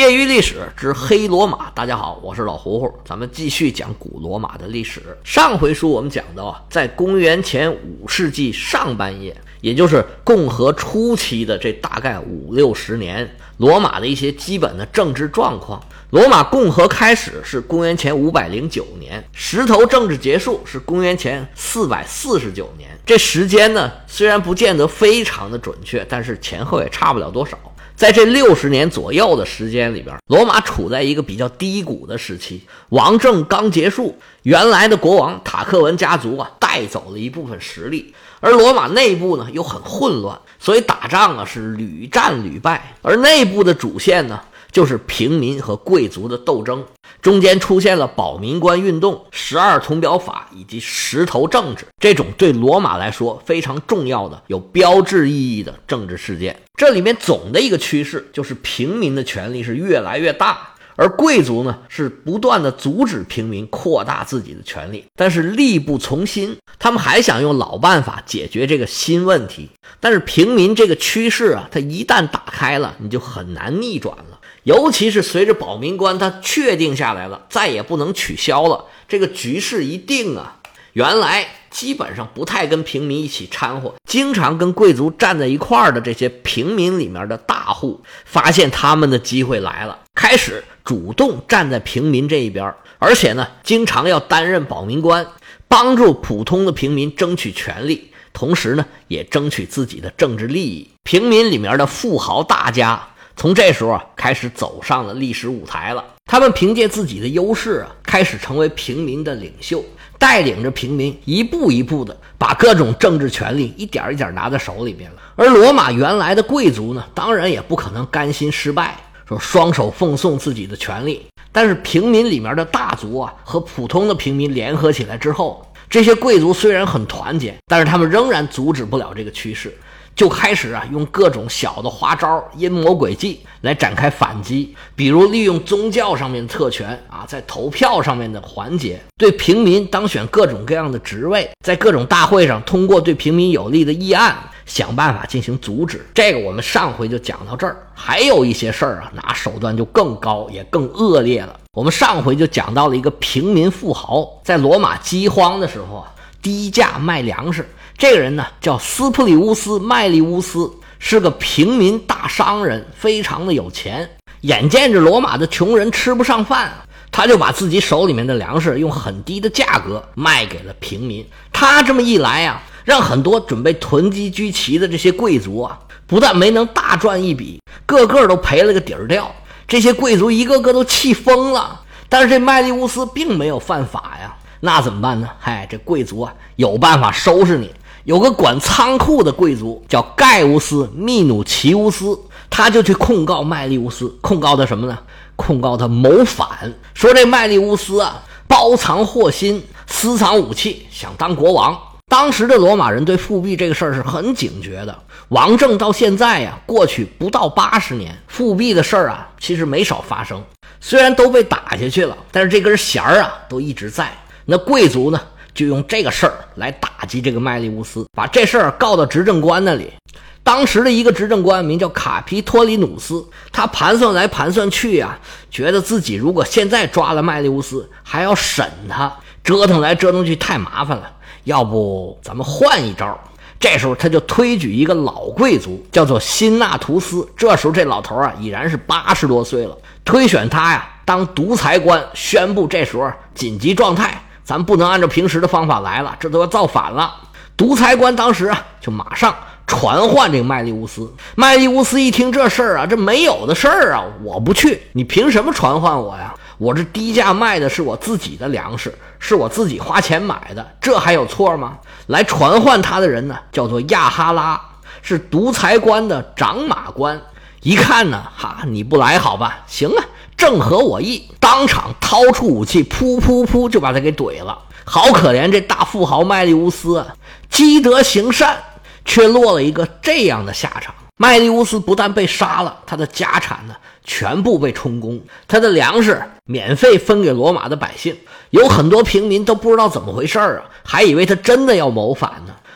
业余历史之黑罗马，大家好，我是老胡胡，咱们继续讲古罗马的历史。上回书我们讲到在公元前5世纪上半叶，也就是共和初期的这大概50-60年，罗马的一些基本的政治状况。罗马共和开始是公元前509年，石头政治结束是公元前449年。这时间呢，虽然不见得非常的准确，但是前后也差不了多少。在这60年左右的时间里边，罗马处在一个比较低谷的时期，王政刚结束，原来的国王塔克文家族带走了一部分实力，而罗马内部呢又很混乱，所以打仗是屡战屡败，而内部的主线呢就是平民和贵族的斗争，中间出现了保民官运动、12铜表法以及石头政治，这种对罗马来说非常重要的有标志意义的政治事件。这里面总的一个趋势就是平民的权力是越来越大，而贵族呢是不断的阻止平民扩大自己的权力，但是力不从心，他们还想用老办法解决这个新问题。但是平民这个趋势它一旦打开了，你就很难逆转了。尤其是随着保民官它确定下来了，再也不能取消了，这个局势一定原来基本上不太跟平民一起掺和，经常跟贵族站在一块儿的这些平民里面的大户，发现他们的机会来了，开始主动站在平民这一边，而且呢，经常要担任保民官，帮助普通的平民争取权利，同时呢，也争取自己的政治利益。平民里面的富豪大家从这时候开始走上了历史舞台了，他们凭借自己的优势开始成为平民的领袖，带领着平民一步一步的把各种政治权力一点一点拿在手里边了。而罗马原来的贵族呢，当然也不可能甘心失败，说双手奉送自己的权利。但是平民里面的大族和普通的平民联合起来之后，这些贵族虽然很团结，但是他们仍然阻止不了这个趋势，就开始用各种小的花招、阴谋诡计来展开反击，比如利用宗教上面的特权在投票上面的环节，对平民当选各种各样的职位，在各种大会上通过对平民有利的议案，想办法进行阻止。这个我们上回就讲到这儿，还有一些事儿拿手段就更高也更恶劣了。我们上回就讲到了一个平民富豪在罗马饥荒的时候低价卖粮食，这个人呢叫斯普里乌斯·麦利乌斯，是个平民大商人，非常的有钱。眼见着罗马的穷人吃不上饭，他就把自己手里面的粮食用很低的价格卖给了平民。他这么一来让很多准备囤积居奇的这些贵族不但没能大赚一笔，个个都赔了个底儿掉。这些贵族一个个都气疯了，但是这麦利乌斯并没有犯法呀，那怎么办呢？这贵族有办法收拾你。有个管仓库的贵族叫盖乌斯·密努奇乌斯，他就去控告麦利乌斯，控告他什么呢？控告他谋反，说这麦利乌斯包藏祸心，私藏武器，想当国王。当时的罗马人对复辟这个事儿是很警觉的，王政到现在过去不到80年，复辟的事儿其实没少发生。虽然都被打下去了，但是这根弦儿都一直在。那贵族呢就用这个事儿来打击这个麦利乌斯，把这事儿告到执政官那里。当时的一个执政官名叫卡皮托里努斯，他盘算来盘算去觉得自己如果现在抓了麦利乌斯，还要审他，折腾来折腾去太麻烦了，要不咱们换一招。这时候他就推举一个老贵族叫做辛纳图斯，这时候这老头已然是80多岁了，推选他当独裁官，宣布这时候紧急状态，咱不能按照平时的方法来了，这都要造反了。独裁官当时就马上传唤这个麦利乌斯。麦利乌斯一听这事儿这没有的事儿我不去，你凭什么传唤我呀？我这低价卖的是我自己的粮食，是我自己花钱买的，这还有错吗？来传唤他的人呢叫做亚哈拉，是独裁官的长马官。一看呢你不来好吧，行正合我意，当场掏出武器，噗噗噗就把他给怼了。好可怜这大富豪麦利乌斯积德行善，却落了一个这样的下场。麦利乌斯不但被杀了，他的家产呢全部被充公，他的粮食免费分给罗马的百姓。有很多平民都不知道怎么回事还以为他真的要谋反呢。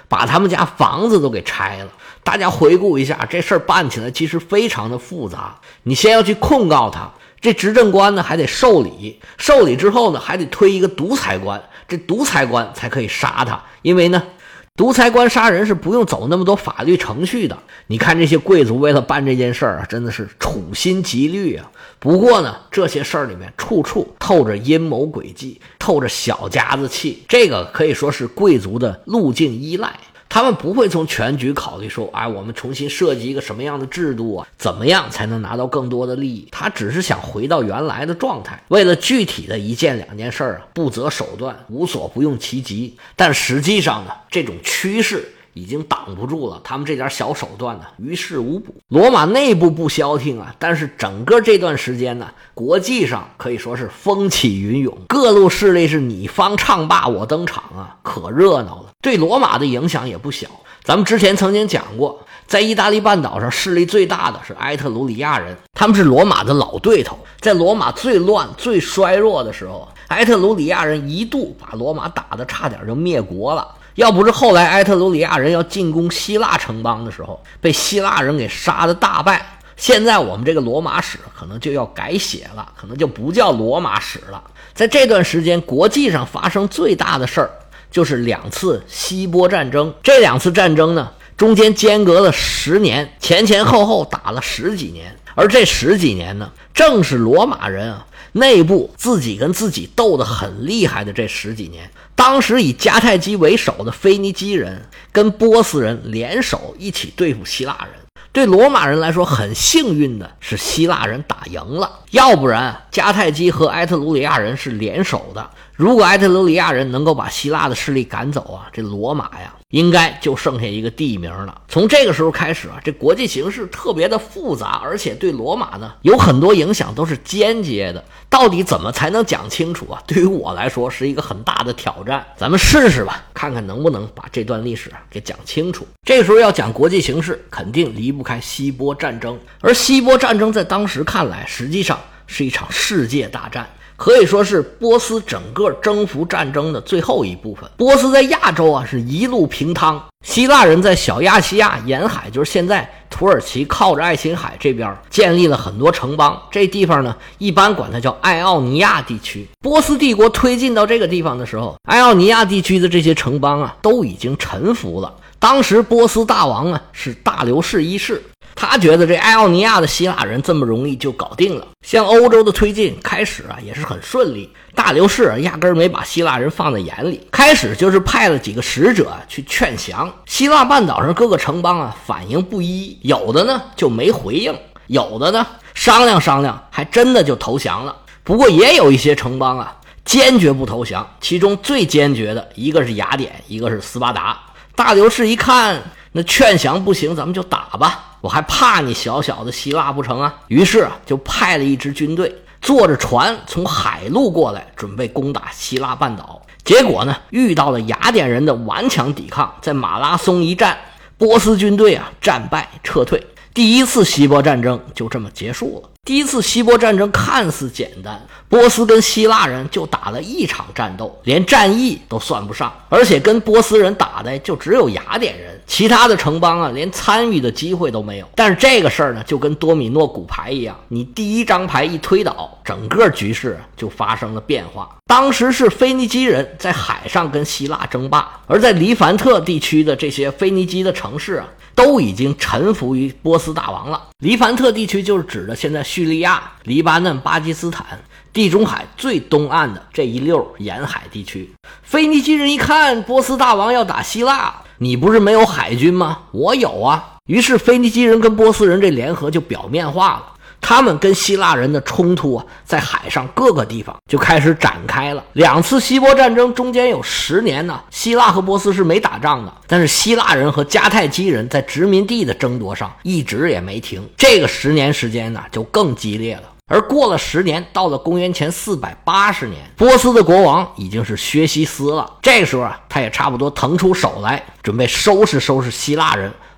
把他们家房子都给拆了。大家回顾一下，这事儿办起来其实非常的复杂。你先要去控告他，这执政官呢还得受理，受理之后呢还得推一个独裁官，这独裁官才可以杀他。因为呢独裁官杀人是不用走那么多法律程序的。你看这些贵族为了办这件事儿啊，真的是处心积虑啊。不过呢，这些事儿里面处处透着阴谋诡计，透着小家子气，这个可以说是贵族的路径依赖。他们不会从全局考虑说，我们重新设计一个什么样的制度啊，怎么样才能拿到更多的利益。他只是想回到原来的状态，为了具体的一件两件事儿不择手段，无所不用其极。但实际上呢，这种趋势已经挡不住了，他们这点小手段呢，于事无补。罗马内部不消停啊，但是整个这段时间呢，国际上可以说是风起云涌，各路势力是你方唱罢我登场啊，可热闹了。对罗马的影响也不小。咱们之前曾经讲过，在意大利半岛上势力最大的是埃特鲁里亚人，他们是罗马的老对头。在罗马最乱最衰弱的时候，埃特鲁里亚人一度把罗马打得差点就灭国了。要不是后来埃特鲁里亚人要进攻希腊城邦的时候，被希腊人给杀得大败，现在我们这个罗马史可能就要改写了，可能就不叫罗马史了。在这段时间，国际上发生最大的事儿就是2次希波战争。这2次战争呢，中间间隔了10年，前后后打了10几年。而这10几年呢，正是罗马人内部自己跟自己斗得很厉害的这10几年。当时以迦太基为首的腓尼基人跟波斯人联手一起对付希腊人。对罗马人来说，很幸运的是希腊人打赢了，要不然迦太基和埃特鲁里亚人是联手的。如果埃特鲁里亚人能够把希腊的势力赶走这罗马应该就剩下一个地名了。从这个时候开始这国际形势特别的复杂，而且对罗马呢有很多影响都是间接的。到底怎么才能讲清楚对于我来说是一个很大的挑战。咱们试试吧，看看能不能把这段历史给讲清楚。这个时候要讲国际形势，肯定离不开希波战争。而希波战争在当时看来，实际上是一场世界大战，可以说是波斯整个征服战争的最后一部分。波斯在亚洲是一路平汤，希腊人在小亚细亚沿海，就是现在土耳其靠着爱琴海这边建立了很多城邦。这地方呢，一般管它叫爱奥尼亚地区。波斯帝国推进到这个地方的时候，爱奥尼亚地区的这些城邦都已经臣服了。当时波斯大王是大流士一世，他觉得这爱奥尼亚的希腊人这么容易就搞定了，向欧洲的推进开始也是很顺利。大流士压根儿没把希腊人放在眼里，开始就是派了几个使者去劝降。希腊半岛上各个城邦反应不一，有的呢就没回应，有的呢商量商量还真的就投降了。不过也有一些城邦坚决不投降，其中最坚决的一个是雅典，一个是斯巴达。大流士一看那劝降不行，咱们就打吧，我还怕你小小的希腊不成于是就派了一支军队，坐着船从海路过来，准备攻打希腊半岛。结果呢，遇到了雅典人的顽强抵抗，在马拉松一战，波斯军队战败撤退。第1次希波战争就这么结束了。第1次希波战争看似简单，波斯跟希腊人就打了一场战斗，连战役都算不上，而且跟波斯人打的就只有雅典人，其他的城邦连参与的机会都没有。但是这个事儿呢，就跟多米诺骨牌一样，你第一张牌一推倒，整个局势就发生了变化。当时是腓尼基人在海上跟希腊争霸，而在黎凡特地区的这些腓尼基的城市都已经臣服于波斯大王了。黎凡特地区就是指的现在叙利亚、黎巴嫩、巴基斯坦、地中海最东岸的这一溜沿海地区。腓尼基人一看波斯大王要打希腊，你不是没有海军吗？我有于是腓尼基人跟波斯人这联合就表面化了。他们跟希腊人的冲突在海上各个地方就开始展开了。2次希波战争中间有10年希腊和波斯是没打仗的，但是希腊人和迦太基人在殖民地的争夺上一直也没停。这个10年时间就更激烈了。而过了10年，到了公元前480年，波斯的国王已经是薛西斯了。这个时候他也差不多腾出手来，准备收拾收拾希腊人，报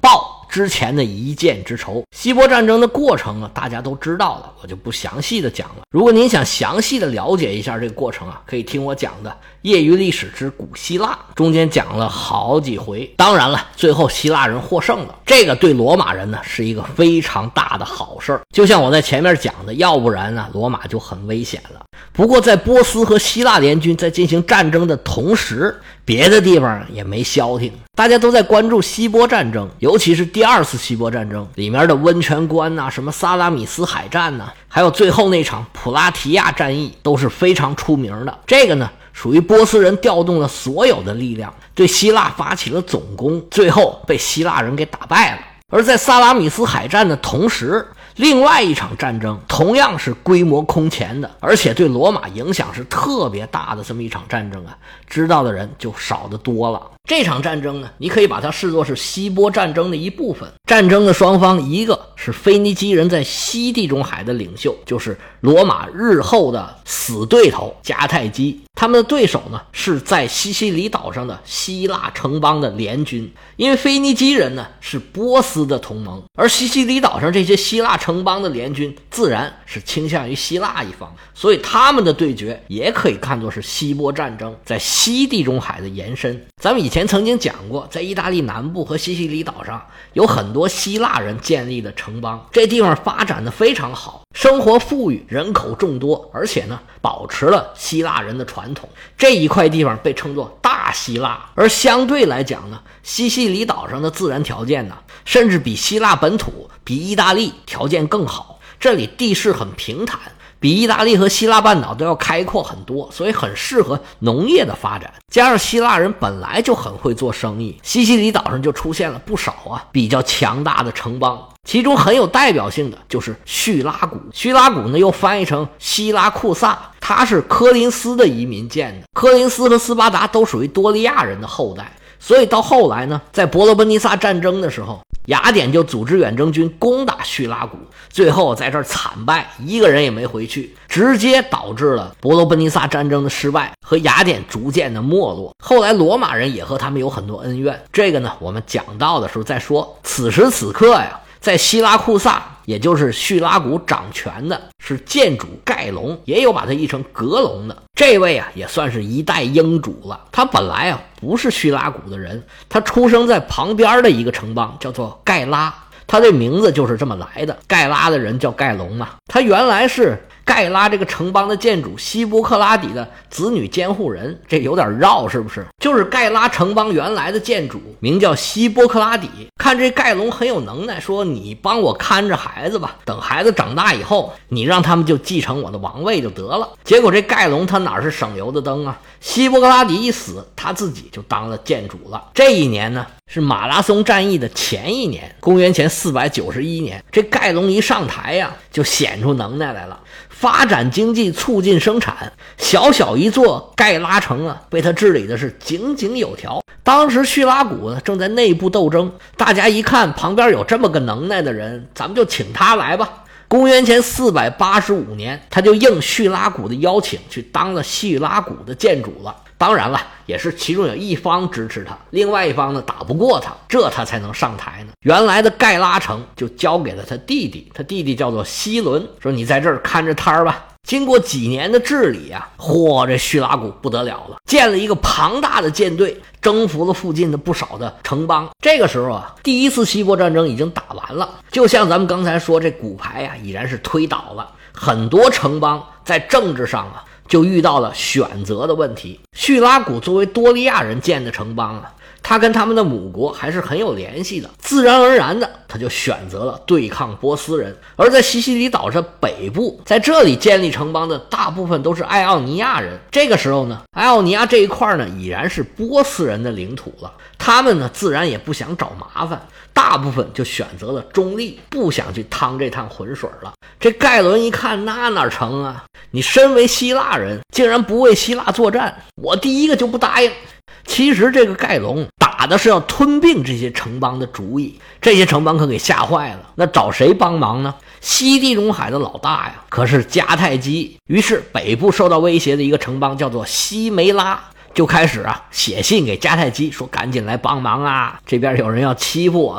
之前的一箭之仇。希波战争的过程啊，大家都知道了，我就不详细的讲了。如果您想详细的了解一下这个过程啊，可以听我讲的《业余历史之古希腊》，中间讲了好几回。当然了，最后希腊人获胜了，这个对罗马人呢是一个非常大的好事儿。就像我在前面讲的，要不然呢，罗马就很危险了。不过在波斯和希腊联军在进行战争的同时，别的地方也没消停，大家都在关注希波战争，尤其是第二次希波战争里面的温泉关呐、什么萨拉米斯海战呐，还有最后那场普拉提亚战役都是非常出名的。这个呢，属于波斯人调动了所有的力量，对希腊发起了总攻，最后被希腊人给打败了。而在萨拉米斯海战的同时，另外一场战争同样是规模空前的，而且对罗马影响是特别大的这么一场战争啊，知道的人就少得多了。这场战争呢，你可以把它视作是希波战争的一部分。战争的双方，一个是腓尼基人在西地中海的领袖，就是罗马日后的死对头迦太基，他们的对手呢是在西西里岛上的希腊城邦的联军。因为腓尼基人呢是波斯的同盟，而西西里岛上这些希腊城邦的联军自然是倾向于希腊一方，所以他们的对决也可以看作是希波战争在西地中海的延伸。咱们以前曾经讲过，在意大利南部和西西里岛上有很多希腊人建立的城邦，这地方发展的非常好，生活富裕，人口众多，而且呢保持了希腊人的传统。这一块地方被称作大希腊。而相对来讲呢，西西里岛上的自然条件呢，甚至比希腊本土，比意大利条件更好。这里地势很平坦，比意大利和希腊半岛都要开阔很多，所以很适合农业的发展。加上希腊人本来就很会做生意，西西里岛上就出现了不少比较强大的城邦。其中很有代表性的就是叙拉古。叙拉古呢又翻译成希拉库萨，他是科林斯的移民建的。科林斯和斯巴达都属于多利亚人的后代，所以到后来呢，在伯罗奔尼撒战争的时候，雅典就组织远征军攻打叙拉古，最后在这儿惨败，一个人也没回去，直接导致了伯罗奔尼撒战争的失败和雅典逐渐的没落。后来罗马人也和他们有很多恩怨，这个呢我们讲到的时候再说。此时此刻呀，在希拉库萨，也就是叙拉古掌权的是建主盖隆，也有把他译成格隆的。这位也算是一代英主了。他本来不是叙拉古的人，他出生在旁边的一个城邦叫做盖拉，他这名字就是这么来的。盖拉的人叫盖隆嘛，他原来是盖拉这个城邦的建主希波克拉底的子女监护人，这有点绕是不是？就是盖拉城邦原来的建主名叫希波克拉底，看这盖隆很有能耐，说你帮我看着孩子吧，等孩子长大以后，你让他们就继承我的王位就得了。结果这盖隆他哪是省油的灯啊，希波克拉底一死，他自己就当了建主了。这一年呢是马拉松战役的前一年，公元前491年，这盖隆一上台就显出能耐来了，发展经济，促进生产，小小一座盖拉城被他治理的是井井有条。当时叙拉古呢正在内部斗争，大家一看旁边有这么个能耐的人，咱们就请他来吧。公元前485年，他就应叙拉古的邀请去当了叙拉古的建主了。当然了，也是其中有一方支持他，另外一方呢打不过他，这他才能上台呢。原来的盖拉城就交给了他弟弟，他弟弟叫做希伦，说你在这儿看着摊吧。经过几年的治理这叙拉古不得了了，建了一个庞大的舰队，征服了附近的不少的城邦。这个时候第一次希波战争已经打完了，就像咱们刚才说，这骨牌已然是推倒了，很多城邦在政治上就遇到了选择的问题。叙拉古作为多利亚人建的城邦他跟他们的母国还是很有联系的，自然而然的他就选择了对抗波斯人。而在西西里岛上北部，在这里建立城邦的大部分都是爱奥尼亚人。这个时候呢，爱奥尼亚这一块呢已然是波斯人的领土了，他们呢自然也不想找麻烦，大部分就选择了中立，不想去趟这趟浑水了。这盖伦一看，那哪成你身为希腊人竟然不为希腊作战，我第一个就不答应。其实这个盖隆打的是要吞并这些城邦的主意，这些城邦可给吓坏了，那找谁帮忙呢？西地中海的老大可是迦太基。于是北部受到威胁的一个城邦叫做西梅拉，就开始写信给迦太基，说赶紧来帮忙这边有人要欺负我了。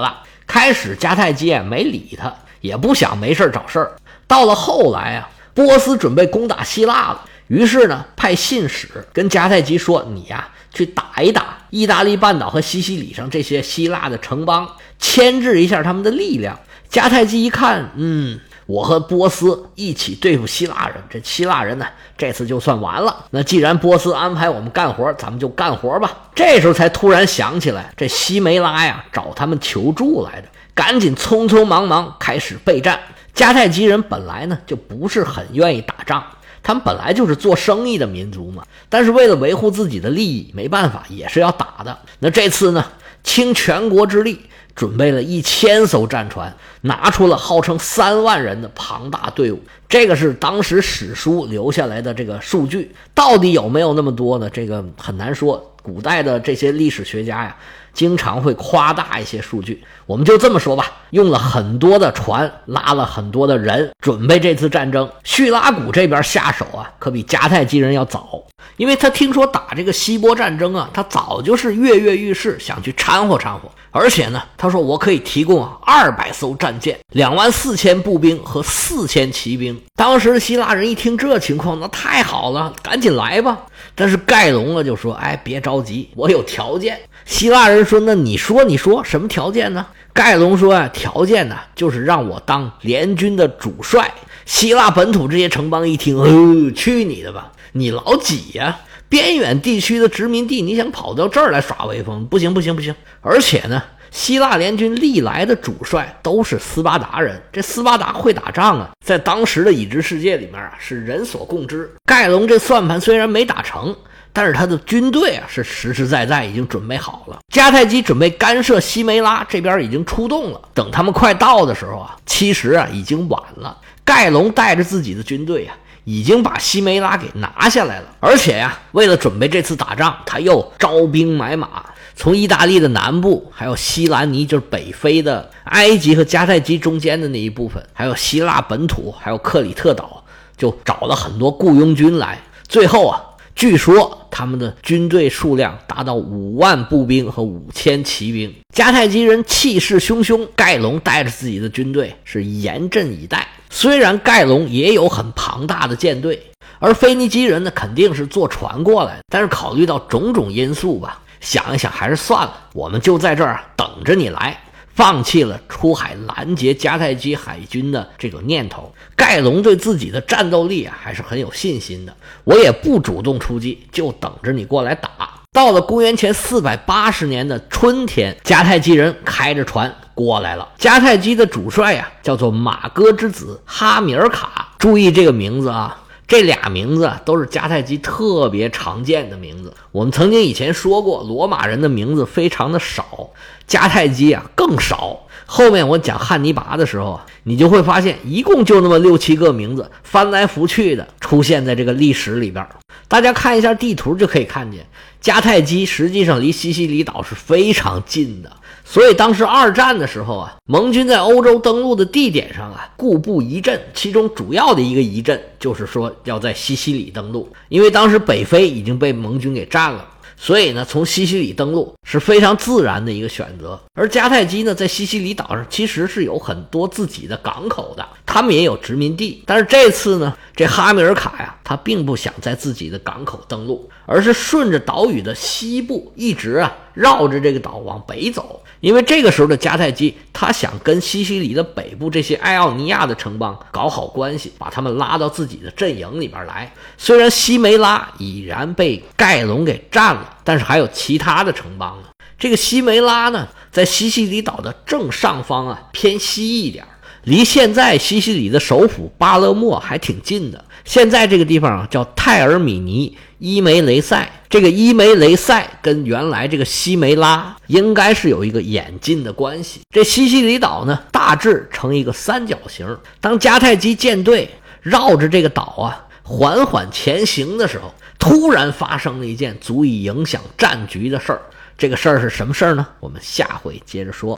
开始迦太基没理他，也不想没事找事儿。到了后来波斯准备攻打希腊了，于是呢派信使跟迦太基说，你去打一打意大利半岛和西西里上这些希腊的城邦，牵制一下他们的力量。迦太基一看，我和波斯一起对付希腊人，这希腊人呢这次就算完了。那既然波斯安排我们干活，咱们就干活吧。这时候才突然想起来，这西梅拉找他们求助来的，赶紧匆匆忙忙开始备战。迦太基人本来呢就不是很愿意打仗，他们本来就是做生意的民族嘛，但是为了维护自己的利益，没办法也是要打的。那这次呢倾全国之力准备了1000艘战船，拿出了号称3万人的庞大队伍。这个是当时史书留下来的这个数据，到底有没有那么多呢？这个很难说。古代的这些历史学家经常会夸大一些数据。我们就这么说吧，用了很多的船，拉了很多的人，准备这次战争。叙拉古这边下手可比迦太基人要早，因为他听说打这个希波战争他早就是跃跃欲试，想去掺和掺和。而且呢，他说我可以提供200艘战舰、24000步兵和4000骑兵。当时的希腊人一听这情况，那太好了，赶紧来吧。但是盖隆就说，别着急，我有条件。希腊人说，那你说什么条件呢？盖隆说条件呢就是让我当联军的主帅。希腊本土这些城邦一听，去你的吧，你老几边远地区的殖民地，你想跑到这儿来耍威风？不行。而且呢，希腊联军历来的主帅都是斯巴达人，这斯巴达会打仗在当时的已知世界里面是人所共知。盖隆这算盘虽然没打成，但是他的军队是实实在在已经准备好了。迦太基准备干涉西梅拉，这边已经出动了。等他们快到的时候其实已经晚了。盖隆带着自己的军队已经把西梅拉给拿下来了。而且为了准备这次打仗，他又招兵买马，从意大利的南部，还有西兰尼，就是北非的埃及和迦太基中间的那一部分，还有希腊本土，还有克里特岛，就找了很多雇佣军来。最后据说他们的军队数量达到5万步兵和5000骑兵。迦太基人气势汹汹，盖隆带着自己的军队是严阵以待。虽然盖隆也有很庞大的舰队，而腓尼基人呢肯定是坐船过来，但是考虑到种种因素吧，想一想还是算了，我们就在这儿等着你来，放弃了出海拦截迦太基海军的这个念头。盖隆对自己的战斗力还是很有信心的，我也不主动出击，就等着你过来打。到了公元前480年的春天，迦太基人开着船过来了。迦太基的主帅叫做马哥之子哈米尔卡。注意这个名字这俩名字都是迦太基特别常见的名字。我们曾经以前说过，罗马人的名字非常的少，迦太基更少。后面我讲汉尼拔的时候你就会发现一共就那么6-7个名字，翻来覆去的出现在这个历史里边。大家看一下地图就可以看见，迦太基实际上离西西里岛是非常近的。所以当时二战的时候盟军在欧洲登陆的地点上固布一阵，其中主要的一个一阵就是说要在西西里登陆，因为当时北非已经被盟军给占了，所以呢从西西里登陆是非常自然的一个选择。而迦太基呢在西西里岛上其实是有很多自己的港口的，他们也有殖民地。但是这次呢这哈米尔卡他并不想在自己的港口登陆，而是顺着岛屿的西部一直绕着这个岛往北走。因为这个时候的迦太基他想跟西西里的北部这些爱奥尼亚的城邦搞好关系，把他们拉到自己的阵营里边来。虽然西梅拉已然被盖隆给占了，但是还有其他的城邦这个西梅拉呢在西西里岛的正上方偏西一点，离现在西西里的首府巴勒莫还挺近的。现在这个地方叫泰尔米尼伊梅雷塞，这个伊梅雷塞跟原来这个西梅拉应该是有一个演进的关系。这西西里岛呢大致成一个三角形，当迦太基舰队绕着这个岛缓缓前行的时候，突然发生了一件足以影响战局的事儿。这个事儿是什么事儿呢？我们下回接着说。